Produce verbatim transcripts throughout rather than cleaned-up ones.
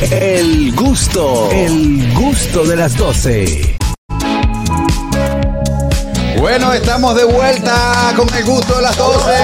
El gusto, el gusto de las doce. Bueno, estamos de vuelta con el gusto de las doce.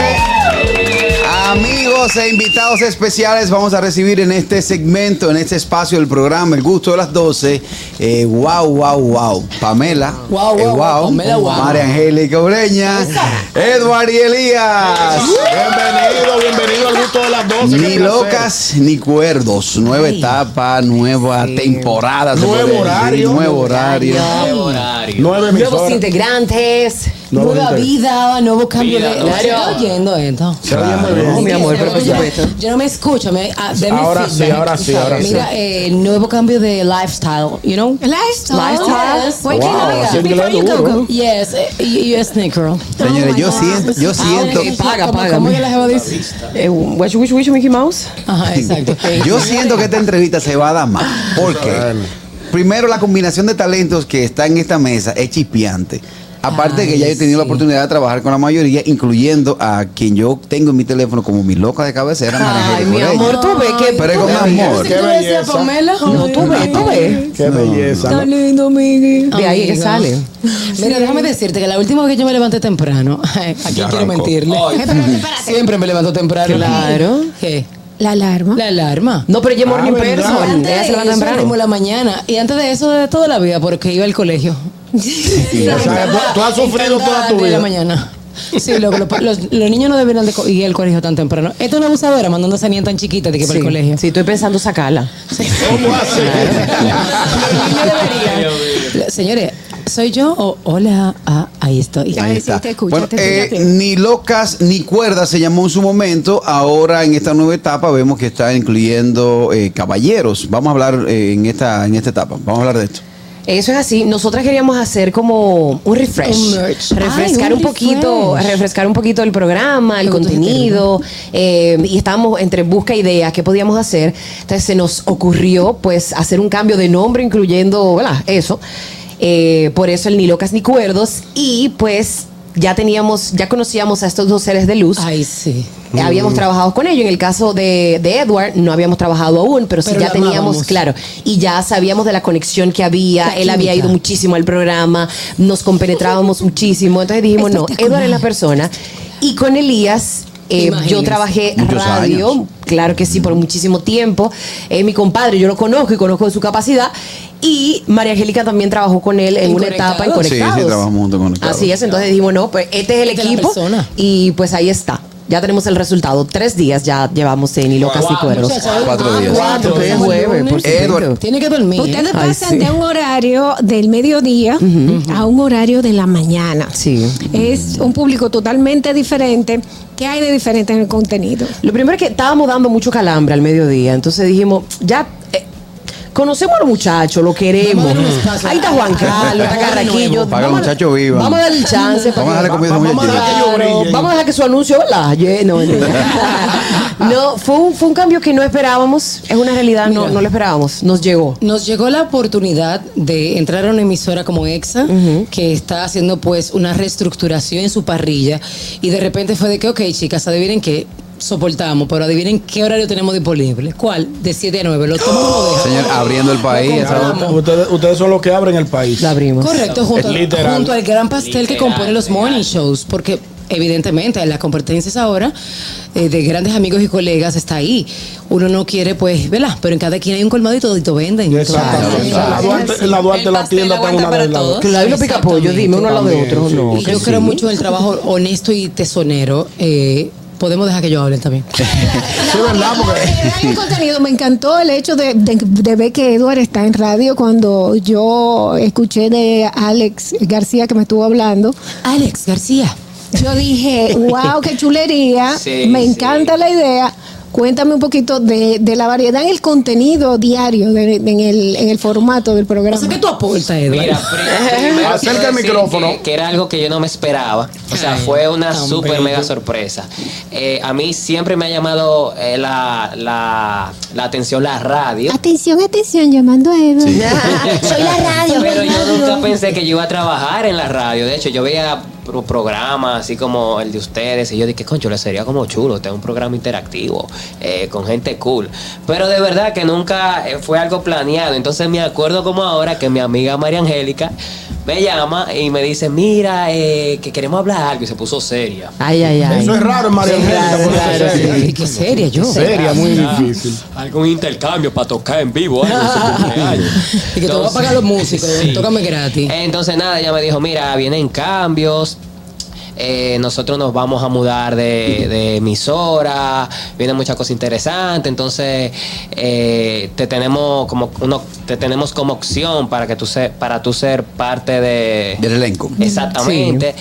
Amigos e invitados especiales, vamos a recibir en este segmento, en este espacio del programa El Gusto de las doce, eh, wow, wow, wow, Pamela, wow, wow, eh, wow, Pamela, wow. María Angélica Ureña, Edward y Elías. Bienvenido, bienvenido al Gusto de las doce. Ni locas ni cuerdos, nueva Ay. etapa, nueva sí. temporada. Nuevo horario. Nuevo horario. Nuevo horario. Nueve Nuevos integrantes. Nueva nueva inter... vida, nuevo cambio vida, de. ¿no? ¿Estoy oyendo esto? Se oye muy bien. No, mi amor, por supuesto. Yo no me escucho. Me, uh, de ahora mi sí, ahora sí, ahora Mira, sí. eh, nuevo cambio de lifestyle, you know? Lifestyle. Lifestyle. Yes. Wait, wow, can I, before you go, go. Yes, uh, yes, Nick girl. Señores, Oh yo my siento, yo siento. Ah, paga, paga. ¿Cómo que la jeva dice? Eh, Wish, wish, wish, Mickey Mouse. Ajá, exacto. Yo siento que esta entrevista se va a dar mal. ¿Por qué? Primero, la combinación de talentos que está en esta mesa es chispeante. Aparte Ay, que ya he tenido sí. la oportunidad de trabajar con la mayoría, incluyendo a quien yo tengo en mi teléfono como mi loca de cabecera, María Ay, mi amor, tú ves que... Pero es con amor. Qué belleza. Pamela? No, tú ves, tú ves. Qué belleza. Está lindo, Miguel. De ahí que sale. Mira, déjame decirte que la última vez que yo me levanté temprano, ¿a quién quiero mentirle? Siempre me levanto temprano. Claro. ¿Qué? La alarma. La alarma. No, pero ella Ah, morning ¿verdad? person. Antes Ella se de levanta eso, temprano. como la mañana. Y antes de eso, de toda la vida, porque iba al colegio. Sí, o sea, tú, tú has sufrido toda tu de la vida. mañana. Sí, lo, lo, los, los niños no deberían de co- ir al colegio tan temprano. Esto es una abusadora mandando a esa niña tan chiquita de que para el colegio. Sí, estoy pensando sacarla. ¿Cómo hace? Los niños deberían. Señores, ¿soy yo o hola? Ah, ahí estoy. Ahí Ay, está. sí, te escucho, Bueno, te eh, escucho. ni locas ni cuerdas se llamó en su momento. Ahora en esta nueva etapa vemos que está incluyendo eh, caballeros. Vamos a hablar eh, en esta en esta etapa. Vamos a hablar de esto. Eso es así. Nosotras queríamos hacer como un refresh. Un merch. Refrescar Ay, un, un poquito, refresh. refrescar un poquito el programa, el Me gusta ese contenido. Eh, y estábamos entre busca ideas, qué podíamos hacer. Entonces se nos ocurrió pues hacer un cambio de nombre, incluyendo, ¿verdad? Eso. Eh, por eso el Ni Locas Ni Cuerdos. Y pues ya teníamos, ya conocíamos a estos dos seres de luz. Ay, sí. Eh, Habíamos trabajado con ellos. En el caso de, de Edward, no habíamos trabajado aún, pero, Pero sí ya lo teníamos, amábamos. claro, y ya sabíamos de la conexión que había. La Él había química. ido muchísimo al programa, nos compenetrábamos muchísimo. Entonces dijimos, no, Edward es la persona. Y con Elías, eh, Imagínense. yo trabajé Muchos radio, años. claro que sí, por muchísimo tiempo. Eh, mi compadre, yo lo conozco y conozco de su capacidad. Y María Angélica también trabajó con él en, En una etapa en Conectados. Sí, Conectados. sí, trabajamos juntos con Conectados. Así es, entonces dijimos, no, pues este es el Esta es la equipo. persona. Y pues ahí está. Ya tenemos el resultado. Tres días ya llevamos en Ni Locas Ni Cuerdos. Muchacha, Cuatro ah, días. Cuatro, Hoy es estamos jueves, lunes. por cierto. Edward. Tiene que dormir. Ustedes Ay, pasan sí. de un horario del mediodía a un horario de la mañana. Sí. Es un público totalmente diferente. ¿Qué hay de diferente en el contenido? Lo primero es que estábamos dando mucho calambre al mediodía. Entonces dijimos, ya... eh, conocemos a los muchachos, lo queremos. Vamos a darle un espacio. Ahí está Juan Carlos, está Carraquillo. Para que los Vamos a- muchachos vivan. Vamos a darle el chance. para Vamos a darle que- comida a esos Vamos a muchachitos. dejar que ellos Claro, brillen. vamos a dejar que su anuncio, ¿verdad? Ye- No, no, no fue, un, fue un cambio que no esperábamos. Es una realidad, no, Mira. no lo esperábamos. Nos llegó. Nos llegó la oportunidad de entrar a una emisora como EXA, que está haciendo pues una reestructuración en su parrilla, y de repente fue de que, ok, chicas, adivinen qué, soportamos, pero adivinen qué horario tenemos disponible. ¿Cuál? De siete a nueve. ¿Lo tomamos o lo dejamos? Señor, abriendo el país. Lo esa- compramos. Ustedes, ustedes son los que abren el país. La abrimos. Correcto, junto, Es literal. junto al gran pastel que compone los morning shows, porque evidentemente las competencias ahora eh, de grandes amigos y colegas está ahí. Uno no quiere, pues, ¿verdad? Pero en cada quien hay un colmado y todito venden. Exactamente. Entonces, En la Duarte, en la, Duarte, el la pastel tienda está en aguanta una de para las todos. Claro, y los picapollos, dime uno al lado de También, otro. sí. No, Y que yo sí. creo mucho en el trabajo honesto y tesonero. Eh, podemos dejar que ellos hablen también. Sí, ¿verdad? Porque Hay un contenido, me encantó el hecho de, de- de ver que Edward está en radio cuando yo escuché de Alex García que me estuvo hablando. Alex García. Yo dije, wow, qué chulería, Sí, me sí. encanta la idea. Cuéntame un poquito de, de la variedad en el contenido diario, de- de- en, el, en el formato del O programa. sea, ¿qué tú aportas, Edward? Mira, pri- primero Acerca quiero el decir micrófono. Que, que era algo que yo no me esperaba. O sea, Ay, fue una tan súper bello. mega sorpresa. Eh, a mí siempre me ha llamado eh, la, la, la atención la radio. Atención, atención, llamando a Edward. Soy la radio. Pero soy yo radio. nunca pensé que yo iba a trabajar en la radio. De hecho, yo veía pro- programas así como el de ustedes. Y yo dije, concho, le sería como chulo tener un programa interactivo eh, con gente cool. Pero de verdad que nunca eh, fue algo planeado. Entonces me acuerdo como ahora que mi amiga María Angélica me llama y me dice, mira, eh, que queremos hablar algo. Y se puso seria. Ay, ay, ay. Eso es raro en María Sí, Angélica. claro, ponerse claro, seria. Ay, qué seria yo. Seria, muy Ah, difícil. Algún intercambio para tocar en vivo. Algo, su cumpleaños. Y que te voy a pagar los músicos, Sí. tócame gratis. Entonces nada, ella me dijo, mira, vienen cambios. Eh, nosotros nos vamos a mudar de, de emisora, vienen muchas cosas interesantes, entonces eh, te tenemos como uno, te tenemos como opción para que tú se, para tú ser parte de Del elenco. exactamente.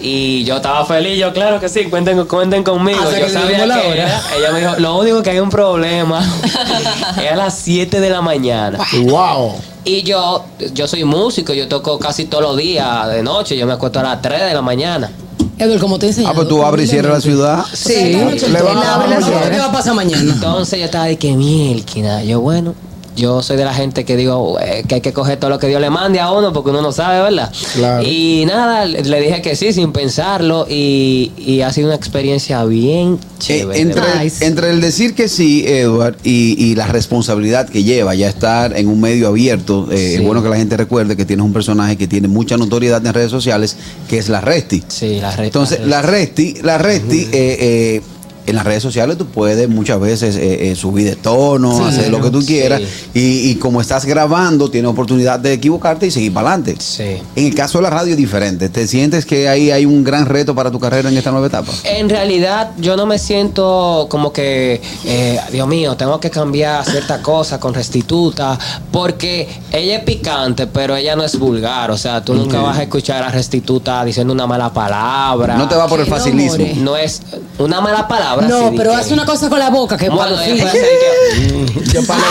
Y yo estaba feliz, yo claro que sí, cuenten, cuenten conmigo. Hasta Yo que sabía llegó la que hora. era. Ella me dijo, lo único que hay un problema es a las siete de la mañana. Wow. Y yo, yo soy músico, yo toco casi todos los días de noche, yo me acuesto a las tres de la mañana. Edward, como te enseñé. Ah, pues tú abres y cierras la ciudad. Sí, Le él va- abre la no, ciudad. ¿Qué va a pasar mañana? Entonces yo estaba de que mielquina. Yo, bueno, yo soy de la gente que digo eh, que hay que coger todo lo que Dios le mande a uno porque uno no sabe, ¿verdad? Claro. Y nada, le le dije que sí sin pensarlo y, y ha sido una experiencia bien Eh, chévere. entre, de verdad. Nice. entre el decir que sí, Edward, y, y la responsabilidad que lleva ya estar en un medio abierto, eh, Sí. es bueno que la gente recuerde que tienes un personaje que tiene mucha notoriedad en redes sociales, que es la Resti. Sí, la red. Entonces, la Resti, la Resti, eh, eh, en las redes sociales tú puedes muchas veces eh, eh, subir de tono, Sí, hacer lo que tú sí. quieras, y, y como estás grabando, tienes oportunidad de equivocarte y seguir para adelante. Sí. En el caso de la radio es diferente. ¿Te sientes que ahí hay un gran reto para tu carrera en esta nueva etapa? En realidad yo no me siento como que, eh, Dios mío, tengo que cambiar cierta cosa con Restituta, porque ella es picante, pero ella no es vulgar. O sea, tú nunca vas a escuchar a Restituta diciendo una mala palabra. No te va por el Que no, facilismo. more. No es una mala palabra. No, sí, pero que- hace una cosa con la boca que Bueno, para ella los puede fines. hacer que- Que para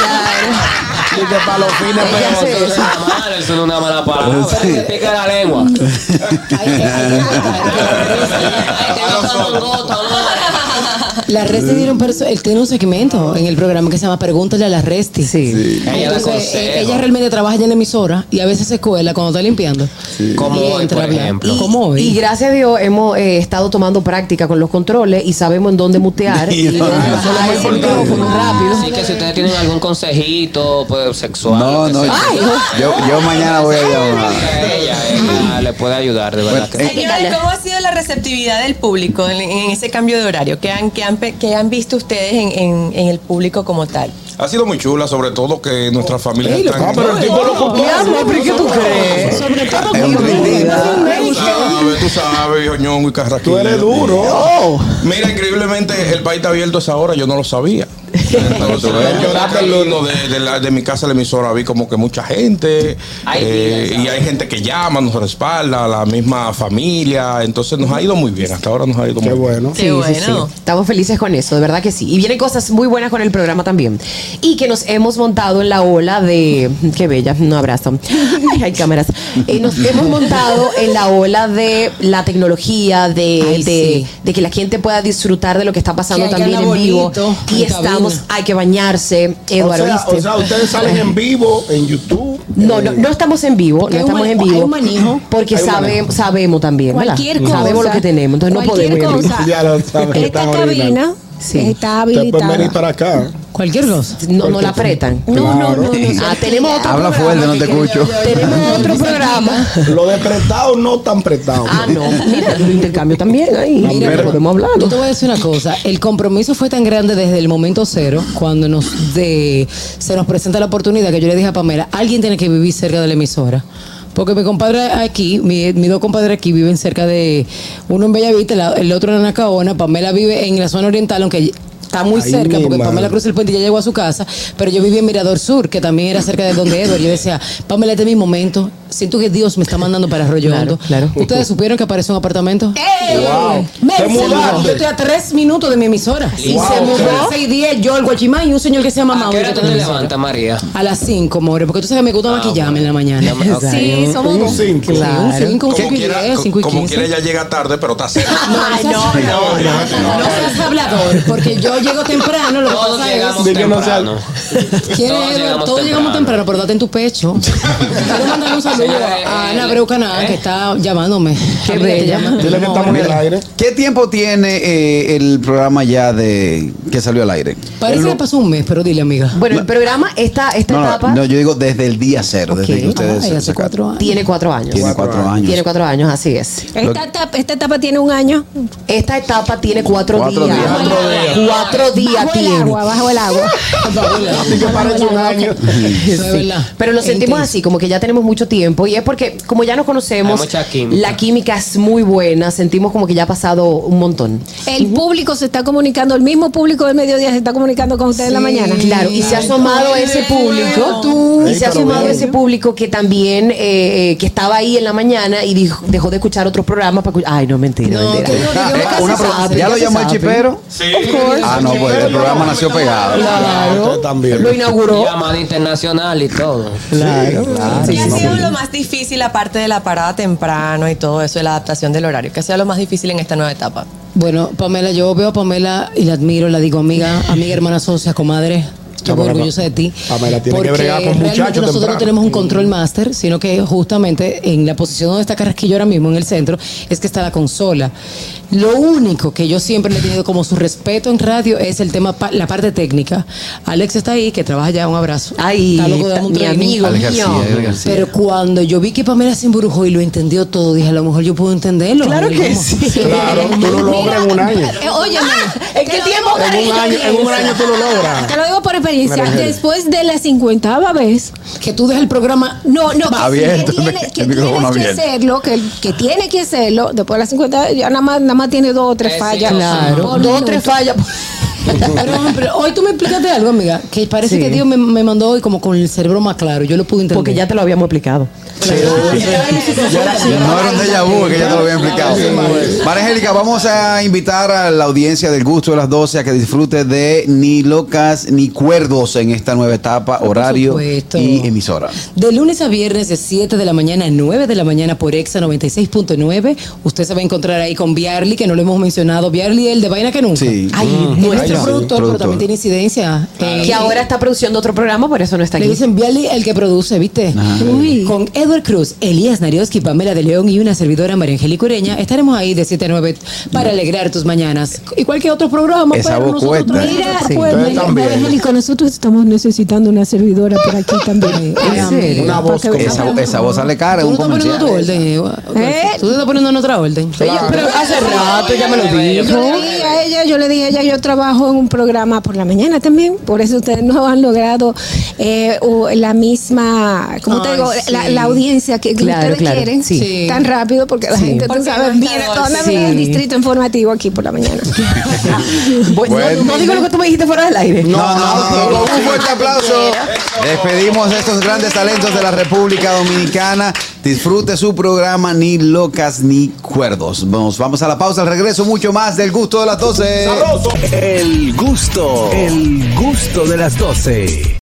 los, y que para los fines Ella peor. hace Eso eso. está mal, eso no es una mala palabra. Sí. Te pica la lengua. Ay, ay, ay, Ay, tengo esta mangota, La Resti tiene un, perso- él tiene un segmento en el programa que se llama Pregúntale a la Resti. Sí. Ella da Entonces, consejos. eh, ella realmente trabaja ya en la emisora y a veces se cuela cuando está limpiando. Como Y hoy, entra por a hablar. ejemplo. Como hoy. Y gracias a Dios hemos eh, estado tomando práctica con los controles y sabemos en dónde mutear. Y y eso es lo bajar más ese importante. micrófono rápido. Así que si ustedes tienen algún consejito pues, sexual. No, lo no. que sea, Yo, yo mañana voy a llamar. ella, ella le puede ayudar, de verdad. Bueno, que sí. eh, Señores, ¿cómo ha sido la receptividad del público en, en ese cambio de horario? ¿Qué han, qué han, pe- qué han visto ustedes en, en- en el público como tal? Ha sido muy chula, sobre todo que nuestras familias están... Ah, pero el tipo lo compró. Mi amor, ¿pero qué tú crees? Sobre todo Es un porque- ritmo. Tú sabes, tú sabes, Joñongo y Carraquillo. Tú eres duro. Oh. Mira, increíblemente el país está abierto a esa hora, yo no lo sabía. Entonces, camino de, de, la- de mi casa a la emisora vi como que mucha gente Ay, eh, mira, y hay gente que llama, nos respalda, la misma familia, entonces nos ha ido muy bien, hasta ahora nos ha ido Qué muy bueno. Qué bueno. Estamos felices con eso, de verdad que sí. Y vienen cosas muy buenas con el programa también. Y que nos hemos montado en la ola de... Qué bella, un abrazo. Ay, hay cámaras. Eh, nos hemos montado en la ola de la tecnología, de, Ay, de, sí. de que la gente pueda disfrutar de lo que está pasando Que hay que también en andar vivo. bonito, Y en estamos... cabina. Hay que bañarse, O Eduardo, sea, ¿viste? o sea, ustedes salen en vivo en YouTube. No, eh, no, no estamos en vivo, no Hay un estamos mane- en hay vivo. un manejo. Porque Hay un sabe- manejo. sabemos también, ¿verdad? Cualquier cosa. Sabemos lo que tenemos, entonces no Cualquier podemos ir en vivo. cosa. Ya lo saben, Esta están original. cabina Sí. está Ustedes pueden venir habilitada. para acá. Cualquier cosa. No, no la apretan. No, no, no, no. Ah, tenemos otro Habla programa fuerte, no que te quería escucho. yo- Tenemos otro programa. Lo de prestado no tan prestado. Ah, no. Mira, lo intercambio también ahí. Mira, Mira, pero- podemos hablar. Yo te voy a decir una cosa, el compromiso fue tan grande desde el momento cero, cuando nos de, se nos presenta la oportunidad, que yo le dije a Pamela, alguien tiene que vivir cerca de la emisora. Porque mi compadre aquí, mi- mis dos compadres aquí viven cerca de, uno en Bellavista, la- el otro en Anacaona, Pamela vive en la zona oriental, aunque está muy Ahí cerca, porque misma. Pamela cruza el puente y ya llegó a su casa, pero yo vivía en Mirador Sur, que también era cerca de donde Edward. Yo decía, Pamela, este es mi momento, siento que Dios me está mandando para Arroyo Claro, Hondo. claro. ¿Ustedes supieron que apareció un apartamento? Wow. Me- ¿Te se mudó. mudaste? Yo estoy a tres minutos de mi emisora. Y Wow, se mudó ok. a seis diez, yo, el Guachimán y un señor que se llama ¿A Mauro. qué hora que tú está te en la emisora. levantas, María? A las cinco, more, porque tú sabes que me gusta maquillarme en la mañana. Sí, somos Un dos. cinco. Claro. Un cinco, un Como cinco y quiera, diez, cinco y como quince. quiera ella llega tarde, pero está cerca. No, no, no, no, no, no seas hablador, porque yo llego temprano, lo que Todos pasa llegamos es... De que no sea- temprano. ¿Quién Todos es? llegamos Todos llegamos temprano, pero date en tu pecho. Quiero mandar un saludo a Ana Breucaná, que está llamándome. Qué Amiga, te bella. llama. Dile que estamos en el aire. ¿Qué tiempo tiene eh, el programa ya de que salió al aire? Parece que pasó un mes, pero dile, amiga. Bueno, el programa, esta, esta No, no, etapa no, yo digo desde el día cero, desde Ok. que ustedes Ay, se hace sacaron. cuatro años. tiene cuatro años. Tiene cuatro años. Tiene cuatro años, así es. Esta etapa, esta etapa tiene un año. Esta etapa tiene cuatro, Cuatro días. días. Cuatro días. Cuatro días Bajo el tiene. agua, bajo el agua. Así que parece un año. Eso es verdad. Pero lo Es sentimos intenso. así, como que ya tenemos mucho tiempo. Y es porque, como ya nos conocemos, Hay mucha química. la química es muy buena. Sentimos como que ya ha pasado un montón. El público se está comunicando, el mismo público del mediodía se está comunicando con ustedes en la mañana. Claro, y se ha asomado ese público, y Ey, se ha pero asomado bien. ese público que también, eh, eh, que estaba ahí en la mañana y dijo- dejó de escuchar otros programas para escu- Ay, no, mentira, No, mentira. que no, que yo- Eh, una pro- sabe, ¿Ya lo se llamó el sabe. chipero? Sí. Ah, no, pues el programa nació pegado. Ustedes también. Lo inauguró. Llamada internacional y todo. Claro. ¿Qué ha sido lo más difícil aparte de la parada temprano y todo eso, de la adaptación del horario? ¿Qué ha sido lo más difícil en esta nueva etapa? Bueno, Pamela, yo veo a Pamela y la admiro, la digo amiga, amiga, hermana, socia, comadre. Estoy muy Pamela, orgullosa de ti. Pamela tiene que porque bregar con realmente muchachos nosotros no temprano. tenemos un control master, sino que justamente en la posición donde está Carrasquillo ahora mismo, en el centro, es que está la consola. Lo único que yo siempre le he tenido como su respeto en radio es el tema, pa- la parte técnica. Alex está ahí, que trabaja ya, un abrazo. Ay, Está loco de darme un mi training. amigo Alex García, mío. Alex García. Pero cuando yo vi que Pamela se embrujó y lo entendió todo, dije, a lo mejor yo puedo entenderlo. Claro ¿Y que cómo? sí. Claro, tú lo logras en un año. Eh, óyeme, ¿En qué tiempo? En un año, en un año tú lo logras. te lo digo por experiencia. María. Después de la cincuentava vez, Que tú dejes el programa. no, no, que, Abierto, que, tiene- el que micrófono tienes que abierto. hacerlo, que, que tiene que hacerlo, después de la cincuenta, ya nada más, nada más tiene dos o tres Eh, sí, fallas. claro. por Dos o minuto. tres fallas. Pero, pero hoy tú me explicaste algo, amiga, que parece Sí. que Dios me, me mandó hoy como con el cerebro más claro. Yo lo pude entender. Porque ya te lo habíamos explicado. No era un déjà vu, que ya te lo había explicado. María Angélica, vamos a invitar a la audiencia del gusto de las doce a que disfrute de Ni Locas ni Cuerdos en esta nueva etapa, horario supuesto. y emisora. De lunes a viernes de siete de la mañana a nueve de la mañana por Exa noventa y seis punto nueve. Usted se va a encontrar ahí con Biarly, que no lo hemos mencionado. Biarly, el de Vaina que Nunca. Sí. Ay, Nuestro nuestro. sí, productor, pero productor. también tiene incidencia. Eh, Que ahora está produciendo otro programa, por eso no está Le aquí. dicen Bialy el que produce, ¿viste? Uy. Con Edward Cruz, Elías Narioski, Pamela de León y una servidora María Angélica Ureña, estaremos ahí de siete a nueve para alegrar tus mañanas. Y cualquier otro programa. Esa pero voz nosotros cuesta. Mira, Sí. pues, Ustedes mira, también. Angélica, nosotros estamos necesitando una servidora por aquí también. ¿En serio? Una voz Para que- Esa, esa voz sale cara en Tú un no estás poniendo tu comercial. orden. eh, ¿Eh? Tú te estás poniendo en otra orden. Ella- pero hace rato ya me lo Yo dijo. le dije a ella, yo le dije a ella, yo trabajo en un programa por la mañana también, por eso ustedes no han logrado eh, u- la misma, ¿cómo te Ay, digo? sí. La, la audiencia que, que Claro, ustedes claro, quieren sí. Sí. tan rápido, porque la Sí. gente, Porque tú sabes, no viene está toda la sí. vida del distrito informativo aquí por la mañana. Bueno, no, no digo lo que tú me dijiste fuera del aire. No, no, no, no. Un fuerte aplauso. Despedimos a estos grandes talentos de la República Dominicana. Disfrute su programa Ni Locas ni Cuerdos. Nos vamos a la pausa. Al regreso, mucho más del gusto de las doce. El gusto, el gusto de las doce.